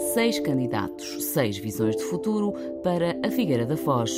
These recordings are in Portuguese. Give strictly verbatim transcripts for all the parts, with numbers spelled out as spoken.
Seis candidatos, seis visões de futuro para a Figueira da Foz.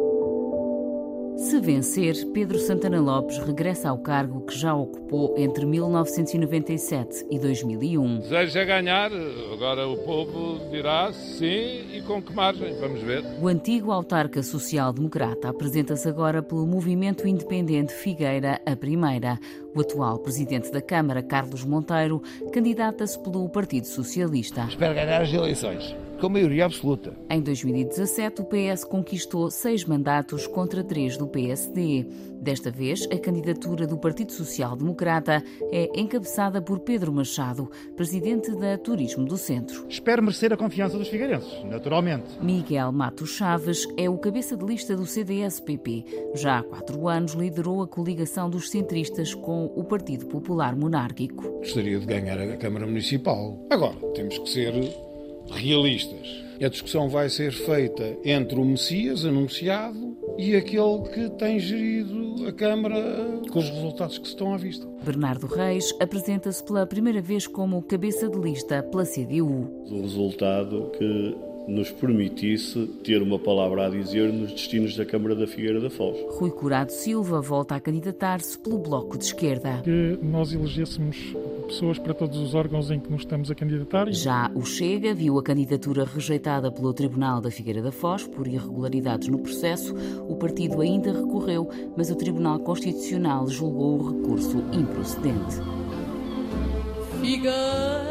Se vencer, Pedro Santana Lopes regressa ao cargo que já ocupou entre mil novecentos e noventa e sete e dois mil e um. Deseja ganhar, agora o povo dirá sim e com que margem, vamos ver. O antigo autarca social-democrata apresenta-se agora pelo movimento independente Figueira a Primeira. O atual presidente da Câmara, Carlos Monteiro, candidata-se pelo Partido Socialista. Espero ganhar as eleições, com maioria absoluta. Em dois mil e dezassete, o P S conquistou seis mandatos contra três do P S D. Desta vez, a candidatura do Partido Social Democrata é encabeçada por Pedro Machado, presidente da Turismo do Centro. Espero merecer a confiança dos figueirenses, naturalmente. Miguel Matos Chaves é o cabeça de lista do C D S P P. Já há quatro anos liderou a coligação dos centristas com o Partido Popular Monárquico. Gostaria de ganhar a Câmara Municipal. Agora, temos que ser realistas. A discussão vai ser feita entre o Messias anunciado e aquele que tem gerido a Câmara com os resultados que se estão à vista. Bernardo Reis apresenta-se pela primeira vez como cabeça de lista pela C D U. O resultado que nos permitisse ter uma palavra a dizer nos destinos da Câmara da Figueira da Foz. Rui Curado Silva volta a candidatar-se pelo Bloco de Esquerda. Que nós elegêssemos pessoas para todos os órgãos em que nos estamos a candidatar. Já o Chega viu a candidatura rejeitada pelo Tribunal da Figueira da Foz por irregularidades no processo. O partido ainda recorreu, mas o Tribunal Constitucional julgou o recurso improcedente. Figueira,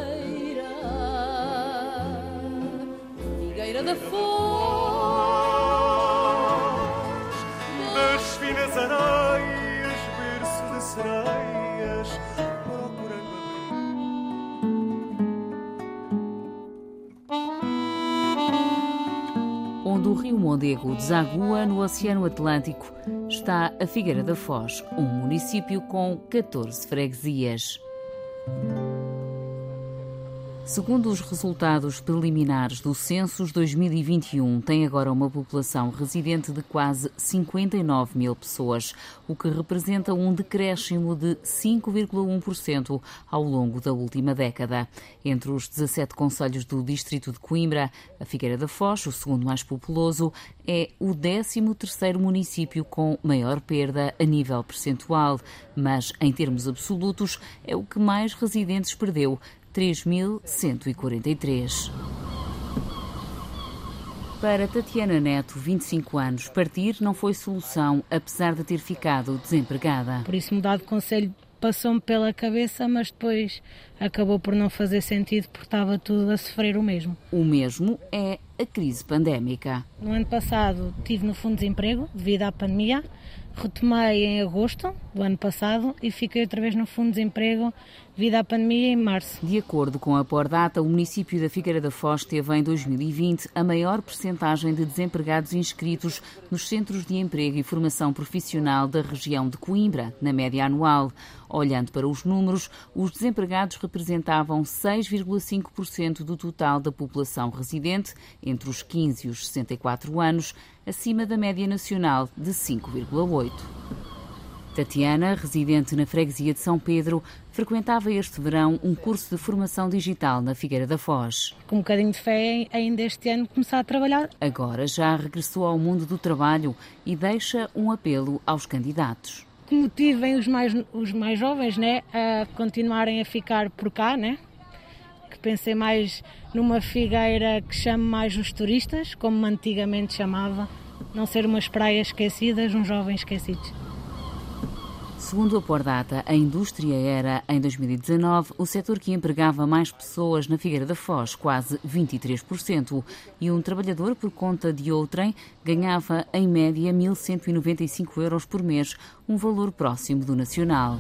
Figueira da Foz, das finas areias, berço de sereias, procurando Onde o rio Mondego desagua no Oceano Atlântico, está a Figueira da Foz, um município com catorze freguesias. Segundo os resultados preliminares do Census dois mil e vinte e um, tem agora uma população residente de quase cinquenta e nove mil pessoas, o que representa um decréscimo de cinco vírgula um por cento ao longo da última década. Entre os dezassete concelhos do distrito de Coimbra, a Figueira da Foz, o segundo mais populoso, é o décimo terceiro município com maior perda a nível percentual, mas em termos absolutos é o que mais residentes perdeu, três mil cento e quarenta e três. Para Tatiana Neto, vinte e cinco anos, partir não foi solução, apesar de ter ficado desempregada. Por isso mudar de conselho passou-me pela cabeça, mas depois acabou por não fazer sentido porque estava tudo a sofrer o mesmo. O mesmo é a crise pandémica. No ano passado estive no Fundo de Desemprego devido à pandemia, retomei em agosto do ano passado e fiquei outra vez no Fundo de Desemprego devido à pandemia em março. De acordo com a Pordata, o município da Figueira da Foz teve em dois mil e vinte a maior percentagem de desempregados inscritos nos centros de emprego e formação profissional da região de Coimbra, na média anual. Olhando para os números, os desempregados representavam seis vírgula cinco por cento do total da população residente entre os quinze e os sessenta e quatro anos, acima da média nacional de cinco vírgula oito por cento. Tatiana, residente na freguesia de São Pedro, frequentava este verão um curso de formação digital na Figueira da Foz. Com um bocadinho de fé, ainda este ano começar a trabalhar. Agora já regressou ao mundo do trabalho e deixa um apelo aos candidatos. Que motivem os mais, os mais jovens, né, a continuarem a ficar por cá, né? Que pensem mais numa Figueira que chame mais os turistas, como antigamente chamava, não ser umas praias esquecidas, uns jovens esquecidos. Segundo a Pordata, a indústria era, em dois mil e dezanove, o setor que empregava mais pessoas na Figueira da Foz, quase vinte e três por cento, e um trabalhador por conta de outrem ganhava, em média, mil cento e noventa e cinco euros por mês, um valor próximo do nacional.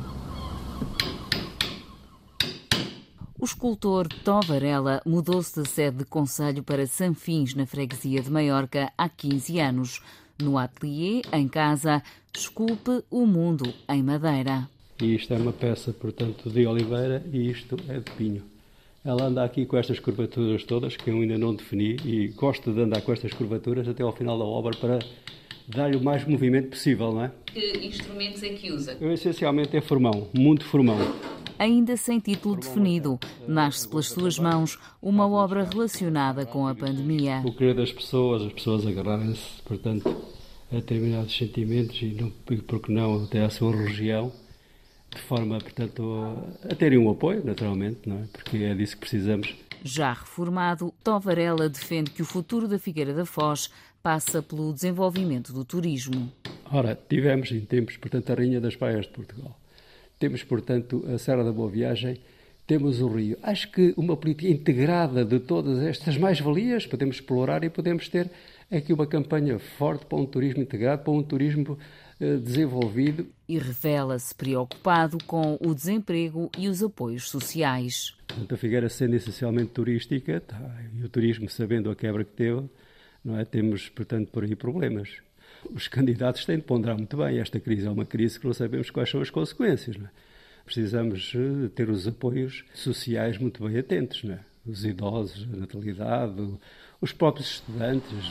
O escultor Tó Varela mudou-se de sede de concelho para Sanfins, na freguesia de Maiorca, há quinze anos. No ateliê, em casa, esculpe o mundo em madeira. E isto é uma peça, portanto, de oliveira e isto é de pinho. Ela anda aqui com estas curvaturas todas, que eu ainda não defini, e gosto de andar com estas curvaturas até ao final da obra para dar-lhe o mais movimento possível, não é? Que instrumentos é que usa? Eu, essencialmente é formão, muito formão. Ainda sem título definido, nasce pelas suas mãos uma obra relacionada com a pandemia. O querer das pessoas, as pessoas agarrarem-se, portanto, a determinados sentimentos e, não, porque não, até à sua região, de forma, portanto, a terem um apoio, naturalmente, não é? Porque é disso que precisamos. Já reformado, Tó Varela defende que o futuro da Figueira da Foz passa pelo desenvolvimento do turismo. Ora, tivemos em tempos, portanto, a Rainha das Praias de Portugal. Temos, portanto, a Serra da Boa Viagem, temos o Rio. Acho que uma política integrada de todas estas mais-valias podemos explorar e podemos ter aqui uma campanha forte para um turismo integrado, para um turismo eh, desenvolvido. E revela-se preocupado com o desemprego e os apoios sociais. Portanto, a Figueira sendo essencialmente turística, tá, e o turismo sabendo a quebra que teve, não é? Temos, portanto, por aí problemas. Os candidatos têm de ponderar muito bem. Esta crise é uma crise que não sabemos quais são as consequências. Não é? Precisamos ter os apoios sociais muito bem atentos. Não é? Os idosos, a natalidade, os próprios estudantes.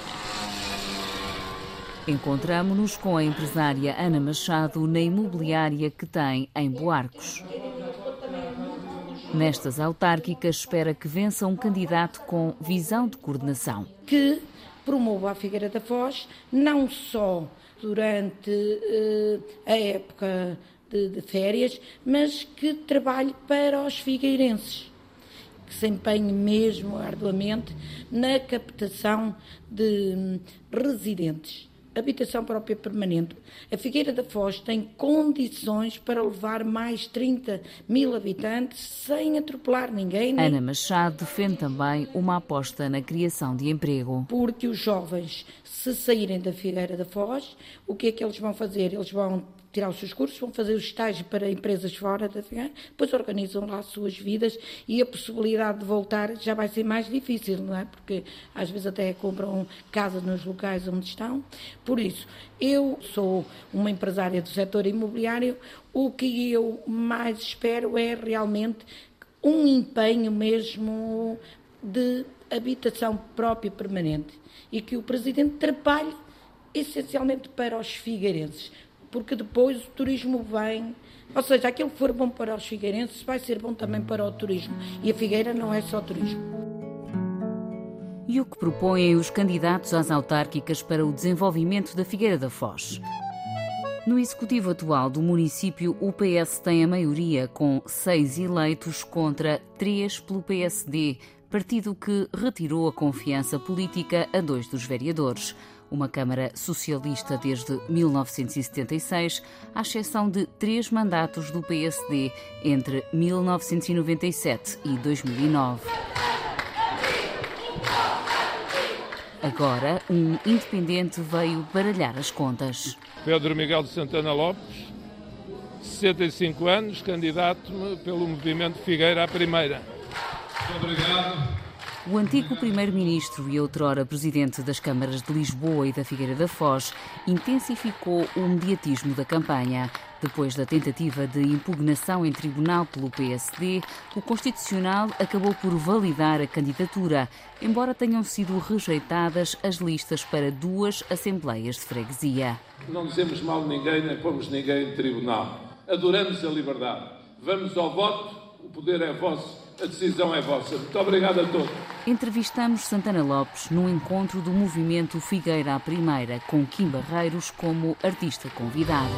Encontramo-nos com a empresária Ana Machado na imobiliária que tem em Boarcos. Nestas autárquicas espera que vença um candidato com visão de coordenação. Que promova a Figueira da Foz, não só durante uh, a época de, de férias, mas que trabalhe para os figueirenses, que se empenhe mesmo arduamente na captação de um, residentes. Habitação própria permanente. A Figueira da Foz tem condições para levar mais trinta mil habitantes sem atropelar ninguém. Nem... Ana Machado defende também uma aposta na criação de emprego. Porque os jovens, se saírem da Figueira da Foz, o que é que eles vão fazer? Eles vão tirar os seus cursos, vão fazer os estágios para empresas fora da Figueira, depois organizam lá as suas vidas e a possibilidade de voltar já vai ser mais difícil, não é? Porque às vezes até compram casa nos locais onde estão. Por isso, eu sou uma empresária do setor imobiliário, o que eu mais espero é realmente um empenho mesmo de habitação própria permanente e que o Presidente trabalhe essencialmente para os figueirenses, porque depois o turismo vem, ou seja, aquilo que for bom para os figueirenses vai ser bom também para o turismo. E a Figueira não é só turismo. E o que propõem os candidatos às autárquicas para o desenvolvimento da Figueira da Foz? No executivo atual do município, o P S tem a maioria, com seis eleitos contra três pelo P S D, partido que retirou a confiança política a dois dos vereadores. Uma Câmara socialista desde mil novecentos e setenta e seis, à exceção de três mandatos do P S D entre mil novecentos e noventa e sete e dois mil e nove. Agora, um independente veio baralhar as contas. Pedro Miguel de Santana Lopes, sessenta e cinco anos, candidato-me pelo movimento Figueira à Primeira. Muito obrigado. O antigo primeiro-ministro e outrora presidente das câmaras de Lisboa e da Figueira da Foz intensificou o mediatismo da campanha. Depois da tentativa de impugnação em tribunal pelo P S D, o Constitucional acabou por validar a candidatura, embora tenham sido rejeitadas as listas para duas assembleias de freguesia. Não dizemos mal de ninguém, nem pomos ninguém em tribunal. Adoramos a liberdade. Vamos ao voto, o poder é vosso. A decisão é vossa. Muito obrigado a todos. Entrevistamos Santana Lopes no encontro do movimento Figueira à Primeira, com Kim Barreiros como artista convidado.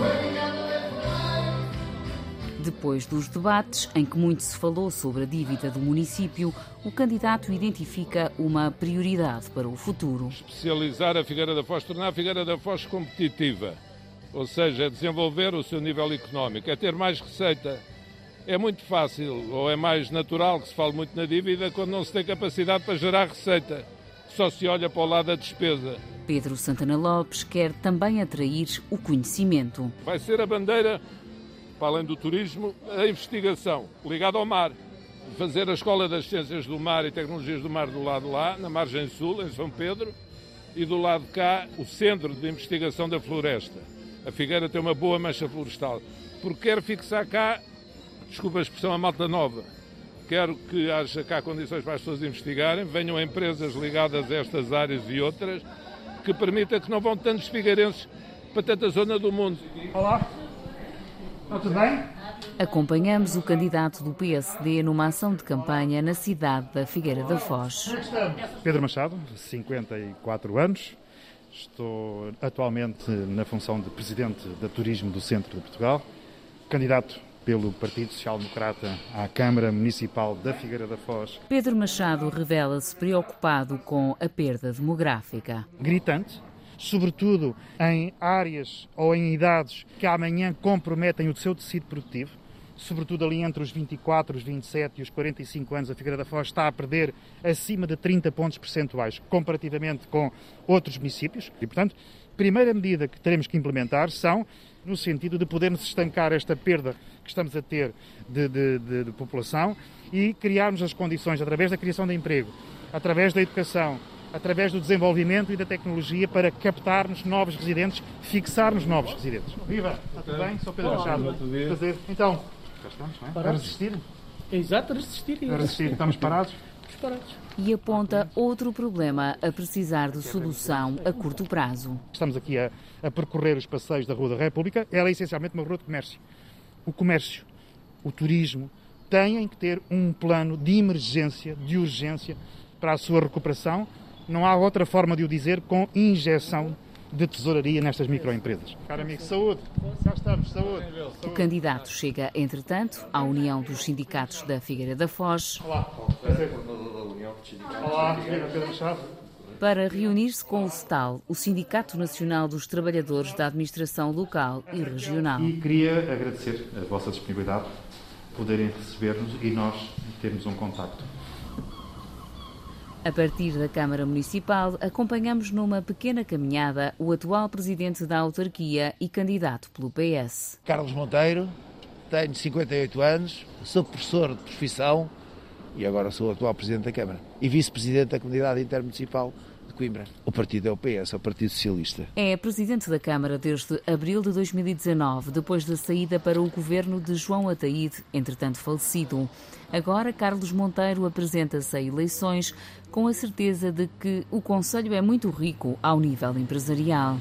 Depois dos debates, em que muito se falou sobre a dívida do município, o candidato identifica uma prioridade para o futuro. Especializar a Figueira da Foz, tornar a Figueira da Foz competitiva, ou seja, desenvolver o seu nível económico, é ter mais receita. É muito fácil, ou é mais natural que se fale muito na dívida quando não se tem capacidade para gerar receita. Só se olha para o lado da despesa. Pedro Santana Lopes quer também atrair o conhecimento. Vai ser a bandeira, para além do turismo, a investigação ligada ao mar. Fazer a Escola das Ciências do Mar e Tecnologias do Mar do lado de lá, na margem sul, em São Pedro, e do lado de cá, o Centro de Investigação da Floresta. A Figueira tem uma boa mancha florestal. Porque quer fixar cá, desculpa a expressão, a malta nova. Quero que haja cá condições para as pessoas investigarem, venham empresas ligadas a estas áreas e outras, que permita que não vão tantos figueirenses para tanta zona do mundo. Olá, está tudo bem? Acompanhamos o candidato do P S D numa ação de campanha na cidade da Figueira da Foz. Pedro Machado, cinquenta e quatro anos. Estou atualmente na função de Presidente da Turismo do Centro de Portugal, candidato pelo Partido Social Democrata à Câmara Municipal da Figueira da Foz. Pedro Machado revela-se preocupado com a perda demográfica. Gritante, sobretudo em áreas ou em idades que amanhã comprometem o seu tecido produtivo, sobretudo ali entre os vinte e quatro, os vinte e sete e os quarenta e cinco anos, a Figueira da Foz está a perder acima de trinta pontos percentuais comparativamente com outros municípios. E, portanto, a primeira medida que teremos que implementar são no sentido de podermos estancar esta perda que estamos a ter de, de, de, de população e criarmos as condições, através da criação de emprego, através da educação, através do desenvolvimento e da tecnologia, para captarmos novos residentes, fixarmos novos residentes. Viva! Está tudo bem? Sou Pedro Machado. Prazer. Então, já estamos, não é? Para resistir? Exato, a resistir. Para resistir. Estamos parados? Parados. E aponta outro problema a precisar de solução a curto prazo. Estamos aqui a, a percorrer os passeios da Rua da República. Ela é essencialmente uma rua de comércio. O comércio, o turismo, têm que ter um plano de emergência, de urgência, para a sua recuperação. Não há outra forma de o dizer, com injeção de tesouraria nestas microempresas. Caro amigo, saúde. Já estamos, saúde. O candidato chega, entretanto, à União dos Sindicatos da Figueira da Foz. Olá, Olá, Pedro Machado. Para reunir-se com o S T A L, o Sindicato Nacional dos Trabalhadores da Administração Local e Regional. E queria agradecer a vossa disponibilidade, poderem receber-nos e nós termos um contacto. A partir da Câmara Municipal, acompanhamos numa pequena caminhada o atual presidente da autarquia e candidato pelo P S. Carlos Monteiro, tenho cinquenta e oito anos, sou professor de profissão e agora sou o atual presidente da Câmara e vice-presidente da Comunidade Intermunicipal de Coimbra. O partido é o P S, é o Partido Socialista. É presidente da Câmara desde abril de dois mil e dezanove, depois da saída para o governo de João Ataíde, entretanto falecido. Agora, Carlos Monteiro apresenta-se a eleições com a certeza de que o concelho é muito rico ao nível empresarial.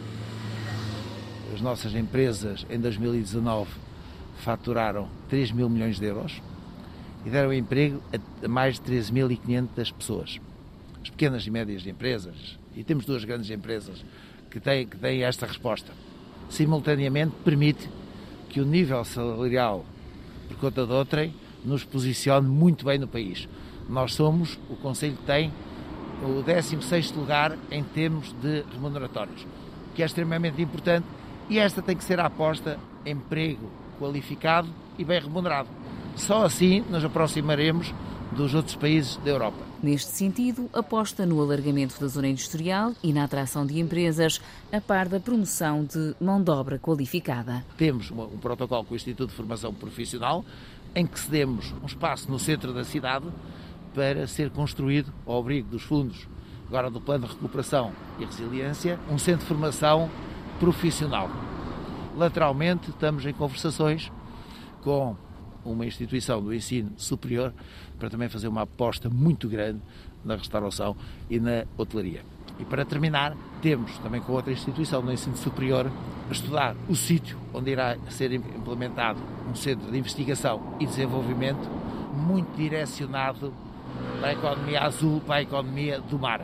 As nossas empresas, em dois mil e dezanove, faturaram três mil milhões de euros e deram emprego a mais de treze mil e quinhentas pessoas. As pequenas e médias empresas, e temos duas grandes empresas que têm, que têm esta resposta. Simultaneamente, permite que o nível salarial, por conta de outrem, nos posicione muito bem no país. Nós somos, o Conselho tem o décimo sexto lugar em termos de remuneratórios, que é extremamente importante, e esta tem que ser a aposta: emprego qualificado e bem remunerado. Só assim nos aproximaremos dos outros países da Europa. Neste sentido, aposta no alargamento da zona industrial e na atração de empresas, a par da promoção de mão de obra qualificada. Temos um protocolo com o Instituto de Formação Profissional, em que cedemos um espaço no centro da cidade para ser construído, ao abrigo dos fundos, agora do Plano de Recuperação e Resiliência, um centro de formação profissional. Lateralmente, estamos em conversações com uma instituição do ensino superior para também fazer uma aposta muito grande na restauração e na hotelaria. E para terminar, temos também com outra instituição do ensino superior a estudar o sítio onde irá ser implementado um centro de investigação e desenvolvimento muito direcionado para a economia azul, para a economia do mar.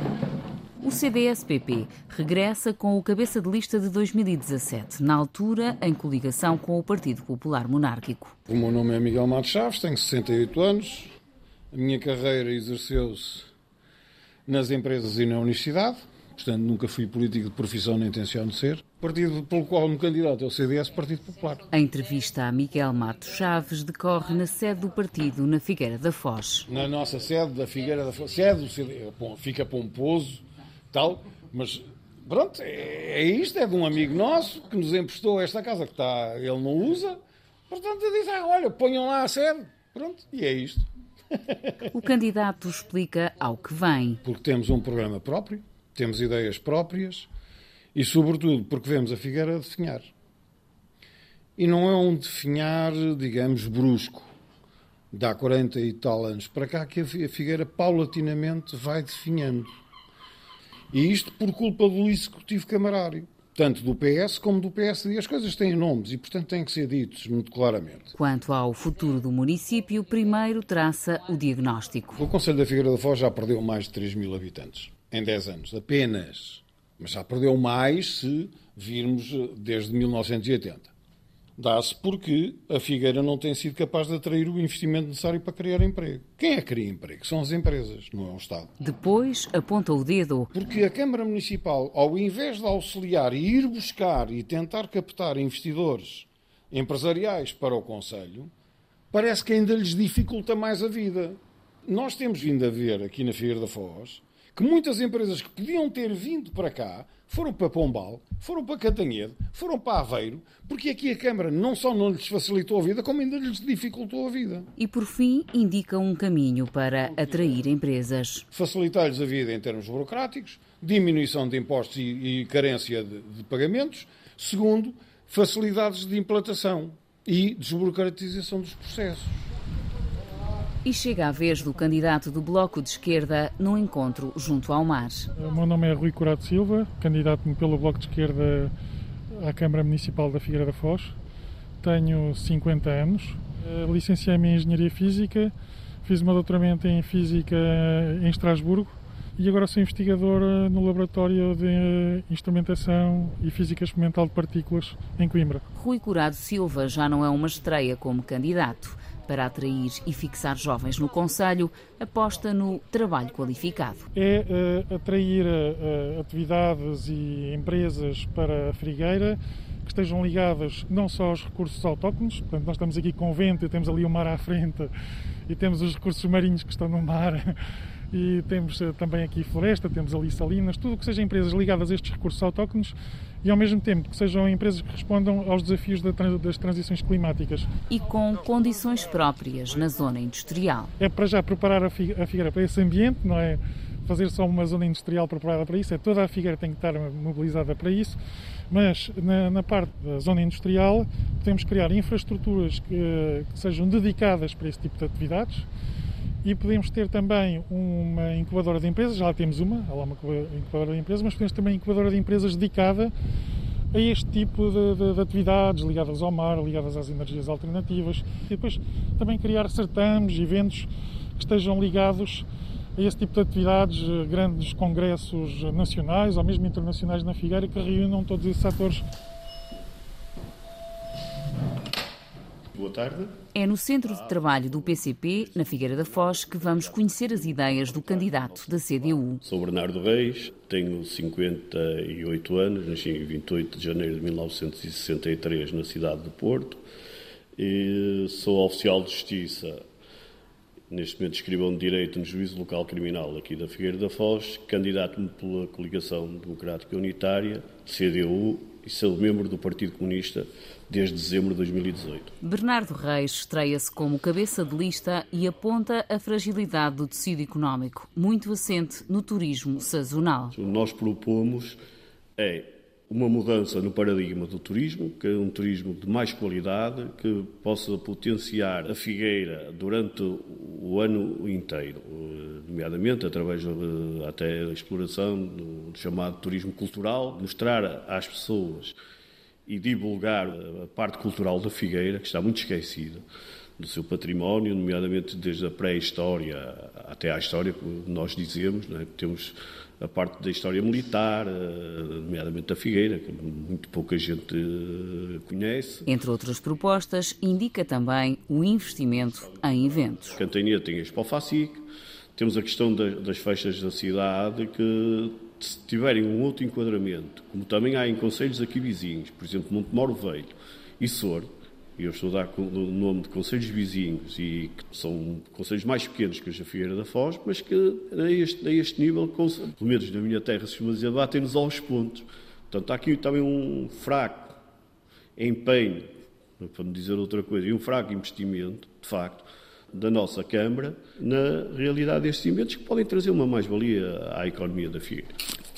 O C D S P P regressa com o cabeça de lista de dois mil e dezassete, na altura em coligação com o Partido Popular Monárquico. O meu nome é Miguel Matos Chaves, tenho sessenta e oito anos, a minha carreira exerceu-se nas empresas e na universidade, portanto nunca fui político de profissão nem tenciono ser. O partido pelo qual me candidato é o C D S, Partido Popular. A entrevista a Miguel Matos Chaves decorre na sede do partido, na Figueira da Foz. Na nossa sede da Figueira da Foz, sede do C D S, bom, fica pomposo, tal, mas pronto, é, é isto, é de um amigo nosso que nos emprestou esta casa que está, ele não usa, portanto eu disse, ah, olha, ponham lá a sede, pronto, e é isto. O candidato explica ao que vem. Porque temos um programa próprio, temos ideias próprias e, sobretudo, porque vemos a Figueira definhar. E não é um definhar, digamos, brusco. Dá quarenta e tal anos para cá que a Figueira paulatinamente vai definhando. E isto por culpa do executivo camarário, tanto do P S como do P S D. As coisas têm nomes e, portanto, têm que ser ditos muito claramente. Quanto ao futuro do município, primeiro traça o diagnóstico. O Concelho da Figueira da Foz já perdeu mais de três mil habitantes em dez anos, apenas. Mas já perdeu mais se virmos desde mil novecentos e oitenta. Dá-se porque a Figueira não tem sido capaz de atrair o investimento necessário para criar emprego. Quem é que cria emprego? São as empresas, não é o Estado. Depois aponta o dedo. Porque a Câmara Municipal, ao invés de auxiliar e ir buscar e tentar captar investidores empresariais para o Concelho, parece que ainda lhes dificulta mais a vida. Nós temos vindo a ver aqui na Figueira da Foz que muitas empresas que podiam ter vindo para cá foram para Pombal, foram para Cantanhede, foram para Aveiro, porque aqui a Câmara não só não lhes facilitou a vida, como ainda lhes dificultou a vida. E, por fim, indica um caminho para atrair empresas. Facilitar-lhes a vida em termos burocráticos, diminuição de impostos e, e carência de, de pagamentos. Segundo, facilidades de implantação e desburocratização dos processos. E chega a vez do candidato do Bloco de Esquerda no encontro junto ao mar. O meu nome é Rui Curado Silva, candidato-me pelo Bloco de Esquerda à Câmara Municipal da Figueira da Foz. Tenho cinquenta anos, licenciei-me em Engenharia Física, fiz o meu doutoramento em Física em Estrasburgo e agora sou investigador no Laboratório de Instrumentação e Física Experimental de Partículas em Coimbra. Rui Curado Silva já não é uma estreia como candidato. Para atrair e fixar jovens no Concelho, aposta no trabalho qualificado. É uh, atrair uh, atividades e empresas para a Figueira que estejam ligadas não só aos recursos autóctonos, portanto nós estamos aqui com vento e temos ali o mar à frente e temos os recursos marinhos que estão no mar e temos uh, também aqui floresta, temos ali salinas, tudo o que sejam empresas ligadas a estes recursos autóctonos e ao mesmo tempo que sejam empresas que respondam aos desafios das transições climáticas. E com condições próprias na zona industrial. É para já preparar a Figueira para esse ambiente, não é fazer só uma zona industrial preparada para isso, é toda a Figueira tem que estar mobilizada para isso, mas na, na parte da zona industrial podemos criar infraestruturas que, que sejam dedicadas para esse tipo de atividades. E podemos ter também uma incubadora de empresas, já temos uma, há lá uma incubadora de empresas, mas podemos ter uma incubadora de empresas dedicada a este tipo de, de, de atividades ligadas ao mar, ligadas às energias alternativas. E depois também criar certames, eventos que estejam ligados a esse tipo de atividades, grandes congressos nacionais ou mesmo internacionais na Figueira que reúnam todos esses atores. Boa tarde. É no Centro de Trabalho do P C P, na Figueira da Foz, que vamos conhecer as ideias do candidato da C D U. Sou Bernardo Reis, tenho cinquenta e oito anos, nasci em vinte e oito de janeiro de mil novecentos e sessenta e três na cidade do Porto e sou oficial de Justiça. Neste momento escrivão de Direito no Juízo Local Criminal aqui da Figueira da Foz, candidato-me pela Coligação Democrática Unitária, C D U, e sou membro do Partido Comunista desde dezembro de dois mil e dezoito. Bernardo Reis estreia-se como cabeça de lista e aponta a fragilidade do tecido económico, muito assente no turismo sazonal. O que nós propomos é uma mudança no paradigma do turismo, que é um turismo de mais qualidade, que possa potenciar a Figueira durante o ano inteiro, nomeadamente através de, até da exploração do chamado turismo cultural, mostrar às pessoas e divulgar a parte cultural da Figueira, que está muito esquecida, do seu património, nomeadamente desde a pré-história até à história, como nós dizemos, não é? Temos a parte da história militar, nomeadamente da Figueira, que muito pouca gente conhece. Entre outras propostas, indica também o investimento em eventos. Cantanhede tem a Expo Facic, temos a questão das festas da cidade, que se tiverem um outro enquadramento, como também há em concelhos aqui vizinhos, por exemplo, Montemoro Velho e Soro, e eu estou a dar o nome de concelhos vizinhos e que são concelhos mais pequenos que a Figueira da Foz, mas que a este, a este nível, pelo menos na minha terra, se costuma dizer, batem-nos aos pontos. Portanto, há aqui também um fraco empenho, para não dizer outra coisa, e um fraco investimento, de facto, da nossa Câmara na realidade destes eventos que podem trazer uma mais-valia à economia da Figueira.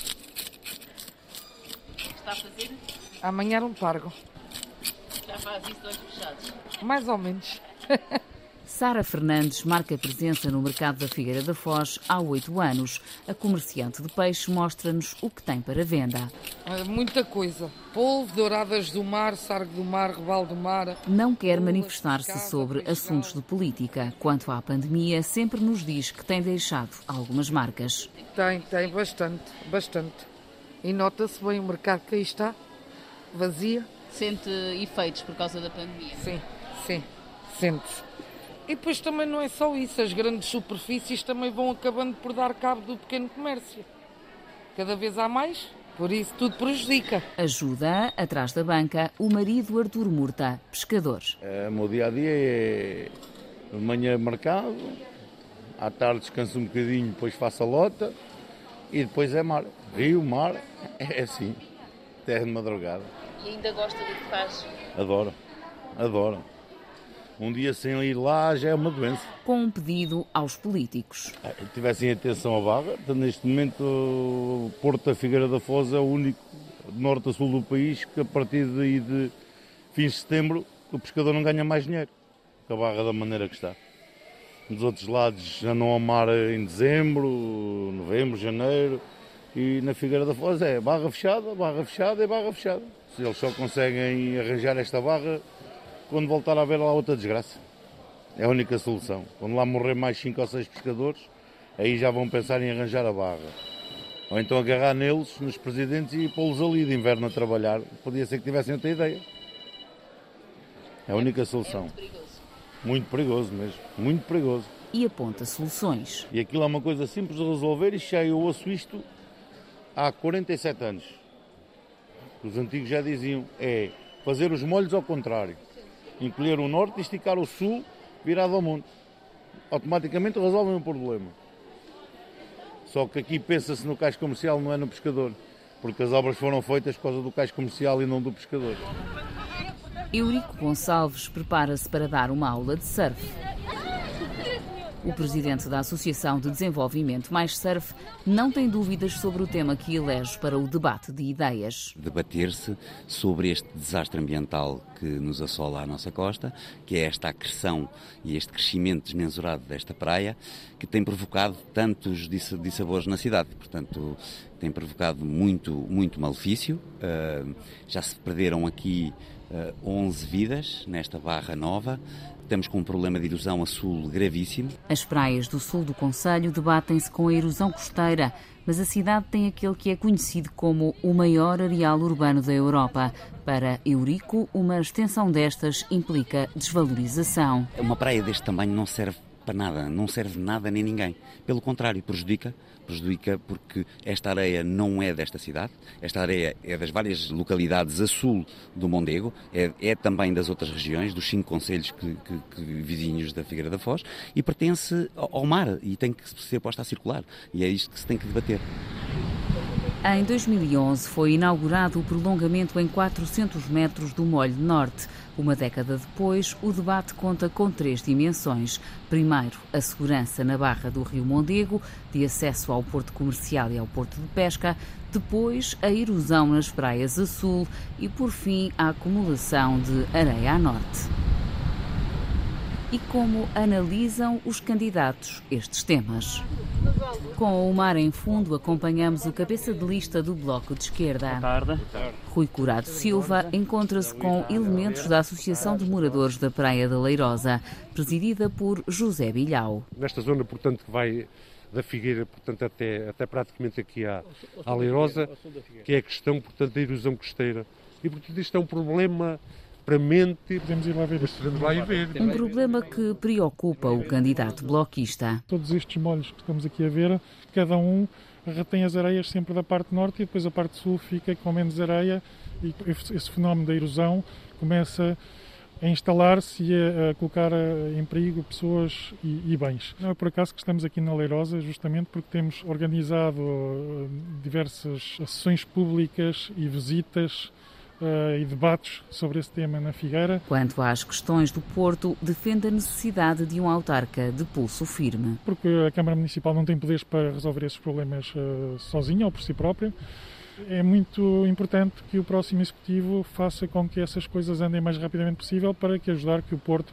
Está a fazer? Amanhã não largo. Já faz isso dois fechados? Mais ou menos. Sara Fernandes marca presença no mercado da Figueira da Foz há oito anos. A comerciante de peixe mostra-nos o que tem para venda. Muita coisa. Polvo, douradas do mar, sargo do mar, robalo do mar. Não quer manifestar-se sobre assuntos de política. Quanto à pandemia, sempre nos diz que tem deixado algumas marcas. Tem, tem, bastante, bastante. E nota-se bem o mercado que aí está, vazia. Sente efeitos por causa da pandemia? Sim, sim, sente-se. E depois também não é só isso, as grandes superfícies também vão acabando por dar cabo do pequeno comércio. Cada vez há mais, por isso tudo prejudica. Ajuda, atrás da banca, o marido Artur Murta, pescador. É, o meu dia-a-dia é de manhã mercado, à tarde descanso um bocadinho, depois faço a lota e depois é mar. Rio, mar, é assim, até de madrugada. E ainda gosta do que faz? Adoro, adoro. Um dia sem ir lá já é uma doença. Com um pedido aos políticos. Se tivessem atenção à vaga, neste momento o Porto da Figueira da Foz é o único, de norte a sul do país, que a partir de, de fins de setembro o pescador não ganha mais dinheiro, com a barra da maneira que está. Nos outros lados já não há mar em dezembro, novembro, janeiro, e na Figueira da Foz é barra fechada, barra fechada e barra fechada. Se eles só conseguem arranjar esta barra quando voltar a haver lá outra desgraça. É a única solução. Quando lá morrer mais cinco ou seis pescadores, aí já vão pensar em arranjar a barra. Ou então agarrar neles, nos presidentes, e pô-los ali de inverno a trabalhar. Podia ser que tivessem outra ideia. É a única solução. É muito perigoso. Muito perigoso mesmo. Muito perigoso. E aponta soluções. E aquilo é uma coisa simples de resolver, e já eu ouço isto há quarenta e sete anos. Os antigos já diziam, é fazer os molhos ao contrário. Encolher o norte e esticar o sul virado ao mundo. Automaticamente resolvem o problema. Só que aqui pensa-se no cais comercial, não é no pescador. Porque as obras foram feitas por causa do cais comercial e não do pescador. Eurico Gonçalves prepara-se para dar uma aula de surf. O presidente da Associação de Desenvolvimento Mais Surf não tem dúvidas sobre o tema que elege para o debate de ideias. Debater-se sobre este desastre ambiental que nos assola à nossa costa, que é esta acreção e este crescimento desmensurado desta praia, que tem provocado tantos dissabores na cidade. Portanto, tem provocado muito, muito malefício. Uh, já se perderam aqui uh, onze vidas nesta barra nova. Estamos com um problema de erosão a sul gravíssimo. As praias do sul do concelho debatem-se com a erosão costeira, mas a cidade tem aquele que é conhecido como o maior areal urbano da Europa. Para Eurico, uma extensão destas implica desvalorização. Uma praia deste tamanho não serve para nada, não serve nada nem ninguém. Pelo contrário, prejudica, prejudica porque esta areia não é desta cidade, esta areia é das várias localidades a sul do Mondego, é, é também das outras regiões, dos cinco concelhos que, que, que, vizinhos da Figueira da Foz, e pertence ao mar e tem que ser posta a circular, e é isto que se tem que debater. Em dois mil e onze foi inaugurado o prolongamento em quatrocentos metros do Molho Norte. Uma década depois, o debate conta com três dimensões. Primeiro, a segurança na barra do Rio Mondego, de acesso ao porto comercial e ao porto de pesca. Depois, a erosão nas praias a sul e, por fim, a acumulação de areia a norte. E como analisam os candidatos estes temas? Com o mar em fundo, acompanhamos o cabeça de lista do Bloco de Esquerda. Boa tarde. Rui Curado Silva encontra-se com elementos da Associação de Moradores da Praia da Leirosa, presidida por José Bilhau. Nesta zona, portanto, que vai da Figueira, portanto, até, até praticamente aqui à, à Leirosa, que é a questão, portanto, da erosão costeira. E, portanto, isto é um problema premente. Podemos ir lá ver. Podemos lá ir ver. Um problema que preocupa o candidato bloquista. Todos estes molhos que estamos aqui a ver, cada um retém as areias sempre da parte norte e depois a parte sul fica com menos areia e esse fenómeno da erosão começa a instalar-se e a, a colocar em perigo pessoas e, e bens. Não é por acaso que estamos aqui na Leirosa, justamente porque temos organizado diversas sessões públicas e visitas Uh, e debates sobre esse tema na Figueira. Quanto às questões do Porto, defende a necessidade de um autarca de pulso firme. Porque a Câmara Municipal não tem poderes para resolver esses problemas uh, sozinha ou por si própria. É muito importante que o próximo Executivo faça com que essas coisas andem mais rapidamente possível para que ajudar que o Porto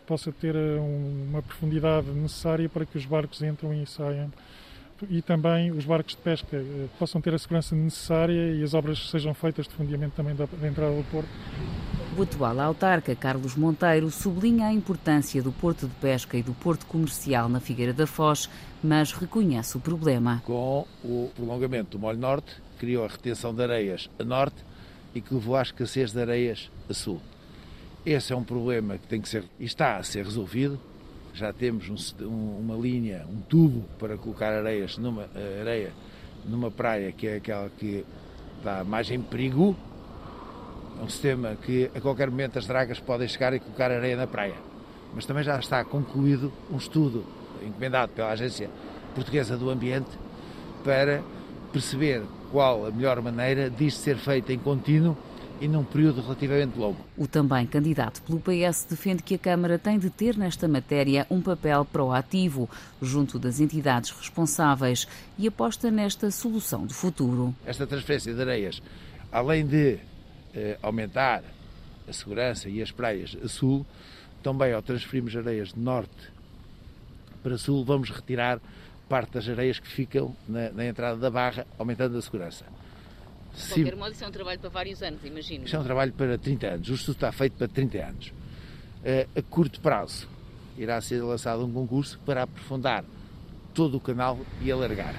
possa ter uma profundidade necessária para que os barcos entrem e saiam. E também os barcos de pesca possam ter a segurança necessária e as obras sejam feitas de fundiamento também da, da entrada do porto. O atual autarca, Carlos Monteiro, sublinha a importância do porto de pesca e do porto comercial na Figueira da Foz, mas reconhece o problema. Com o prolongamento do Molho Norte, criou a retenção de areias a norte e que levou à escassez de areias a sul. Esse é um problema que tem que ser, e está a ser resolvido. Já temos um, uma linha, um tubo para colocar areias numa, areia numa praia que é aquela que está mais em perigo. É um sistema que a qualquer momento as dragas podem chegar e colocar areia na praia. Mas também já está concluído um estudo encomendado pela Agência Portuguesa do Ambiente para perceber qual a melhor maneira disto ser feito em contínuo e num período relativamente longo. O também candidato pelo P S defende que a Câmara tem de ter nesta matéria um papel proativo junto das entidades responsáveis e aposta nesta solução do futuro. Esta transferência de areias, além de eh, aumentar a segurança e as praias a sul, também ao transferirmos areias de norte para sul, vamos retirar parte das areias que ficam na, na entrada da barra, aumentando a segurança. De qualquer modo, isso é um trabalho para vários anos, imagino. Isso é um trabalho para trinta anos. O estudo está feito para trinta anos. A curto prazo irá ser lançado um concurso para aprofundar todo o canal e alargar.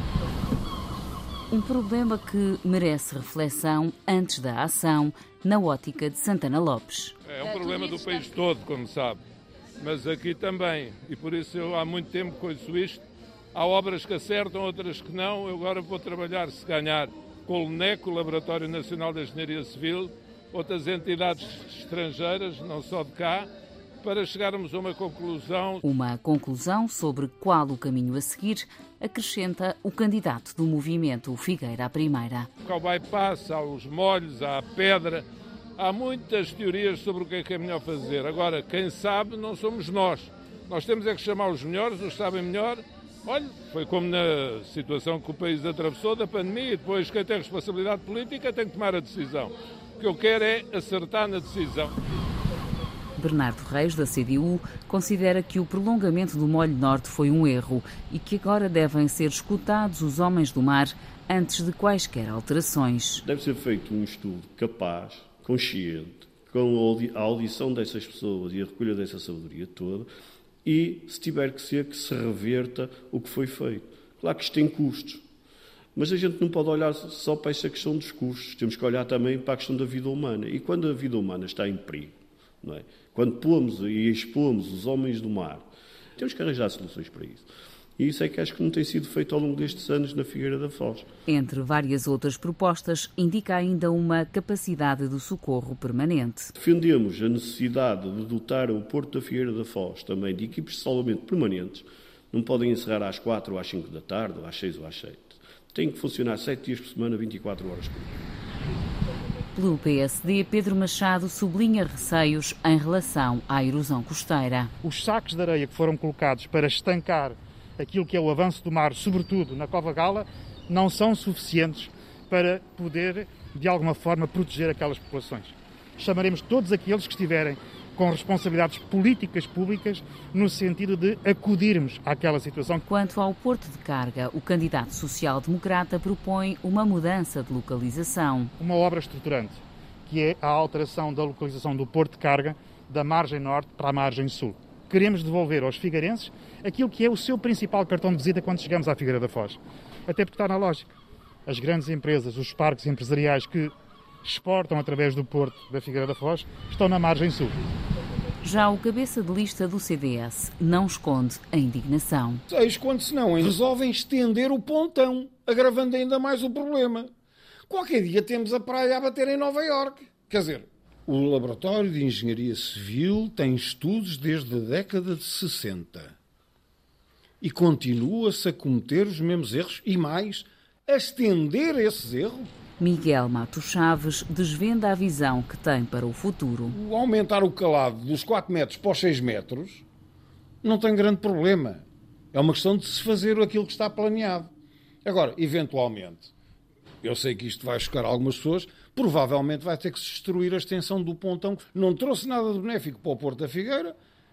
Um problema que merece reflexão antes da ação, na ótica de Santana Lopes. É um problema do país todo, como sabe. Mas aqui também. E por isso eu há muito tempo conheço isto. Há obras que acertam, outras que não. Eu agora vou trabalhar, se ganhar, com o LNEC, o Laboratório Nacional de Engenharia Civil, outras entidades estrangeiras, não só de cá, para chegarmos a uma conclusão. Uma conclusão sobre qual o caminho a seguir, acrescenta o candidato do movimento Figueira à Primeira. Ao bypass, aos molhos, à pedra, há muitas teorias sobre o que é que é melhor fazer. Agora, quem sabe não somos nós. Nós temos é que chamar os melhores, os que sabem melhor. Olha, foi como na situação que o país atravessou da pandemia e depois quem tem responsabilidade política tem que tomar a decisão. O que eu quero é acertar na decisão. Bernardo Reis, da C D U, considera que o prolongamento do Molho Norte foi um erro e que agora devem ser escutados os homens do mar antes de quaisquer alterações. Deve ser feito um estudo capaz, consciente, com a audição dessas pessoas e a recolha dessa sabedoria toda, e, se tiver que ser, que se reverta o que foi feito. Claro que isto tem custos, mas a gente não pode olhar só para essa questão dos custos, temos que olhar também para a questão da vida humana. E quando a vida humana está em perigo, não é? Quando pomos e expomos os homens do mar, temos que arranjar soluções para isso. E isso é que acho que não tem sido feito ao longo destes anos na Figueira da Foz. Entre várias outras propostas, indica ainda uma capacidade de socorro permanente. Defendemos a necessidade de dotar o Porto da Figueira da Foz também de equipes de salvamento permanentes. Não podem encerrar às quatro ou às cinco da tarde, ou às seis ou às sete. Tem que funcionar sete dias por semana, vinte e quatro horas por dia. Pelo P S D, Pedro Machado sublinha receios em relação à erosão costeira. Os sacos de areia que foram colocados para estancar aquilo que é o avanço do mar, sobretudo na Cova Gala, não são suficientes para poder, de alguma forma, proteger aquelas populações. Chamaremos todos aqueles que estiverem com responsabilidades políticas públicas no sentido de acudirmos àquela situação. Quanto ao porto de carga, o candidato social-democrata propõe uma mudança de localização. Uma obra estruturante, que é a alteração da localização do porto de carga da margem norte para a margem sul. Queremos devolver aos figueirenses aquilo que é o seu principal cartão de visita quando chegamos à Figueira da Foz. Até porque está na lógica. As grandes empresas, os parques empresariais que exportam através do porto da Figueira da Foz estão na margem sul. Já o cabeça de lista do C D S não esconde a indignação. Eis quando se não resolvem estender o pontão, agravando ainda mais o problema. Qualquer dia temos a praia a bater em Nova Iorque. Quer dizer, o Laboratório de Engenharia Civil tem estudos desde a década de sessenta. E continua-se a cometer os mesmos erros e mais, a estender esses erros. Miguel Matos Chaves desvenda a visão que tem para o futuro. O aumentar o calado dos quatro metros para os seis metros não tem grande problema. É uma questão de se fazer aquilo que está planeado. Agora, eventualmente, eu sei que isto vai chocar algumas pessoas, provavelmente vai ter que se destruir a extensão do pontão. Não trouxe nada de benéfico para o Porto da Figueira,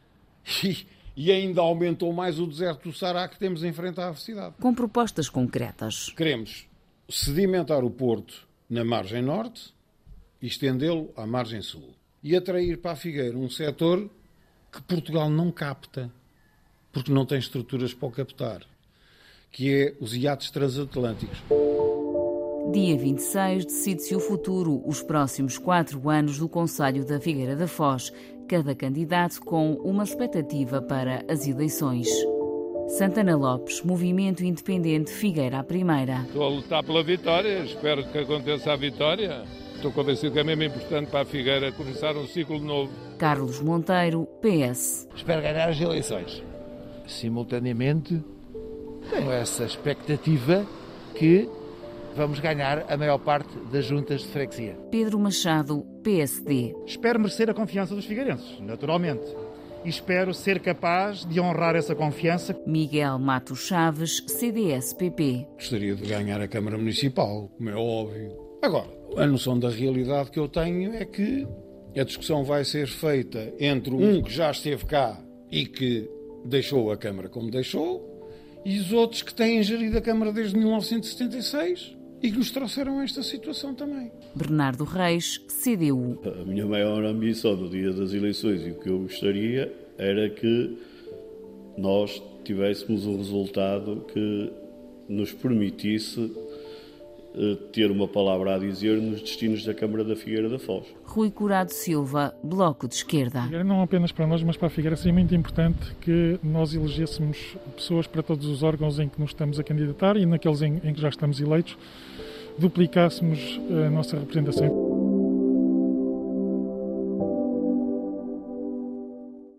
e, e ainda aumentou mais o deserto do Saara que temos em frente à cidade. Com propostas concretas. Queremos sedimentar o porto na margem norte e estendê-lo à margem sul. E atrair para a Figueira um setor que Portugal não capta, porque não tem estruturas para o captar, que é os iates transatlânticos. Dia vinte e seis decide-se o futuro, os próximos quatro anos do Conselho da Figueira da Foz, cada candidato com uma expectativa para as eleições. Santana Lopes, Movimento Independente Figueira à Primeira. Estou a lutar pela vitória, espero que aconteça a vitória. Estou convencido que é mesmo importante para a Figueira começar um ciclo novo. Carlos Monteiro, P S. Espero ganhar as eleições. Simultaneamente, tenho essa expectativa que vamos ganhar a maior parte das juntas de freguesia. Pedro Machado, P S D. Espero merecer a confiança dos figueirenses, naturalmente. E espero ser capaz de honrar essa confiança. Miguel Matos Chaves, C D S P P. Gostaria de ganhar a Câmara Municipal, como é óbvio. Agora, a noção da realidade que eu tenho é que a discussão vai ser feita entre um que já esteve cá e que deixou a Câmara como deixou e os outros que têm gerido a Câmara desde mil novecentos e setenta e seis e que nos trouxeram a esta situação também. Bernardo Reis, C D U. A minha maior ambição no dia das eleições e o que eu gostaria era que nós tivéssemos um resultado que nos permitisse ter uma palavra a dizer nos destinos da Câmara da Figueira da Foz. Rui Curado Silva, Bloco de Esquerda. Não apenas para nós, mas para a Figueira, seria muito importante que nós elegêssemos pessoas para todos os órgãos em que nos estamos a candidatar e naqueles em, em que já estamos eleitos, duplicássemos a nossa representação.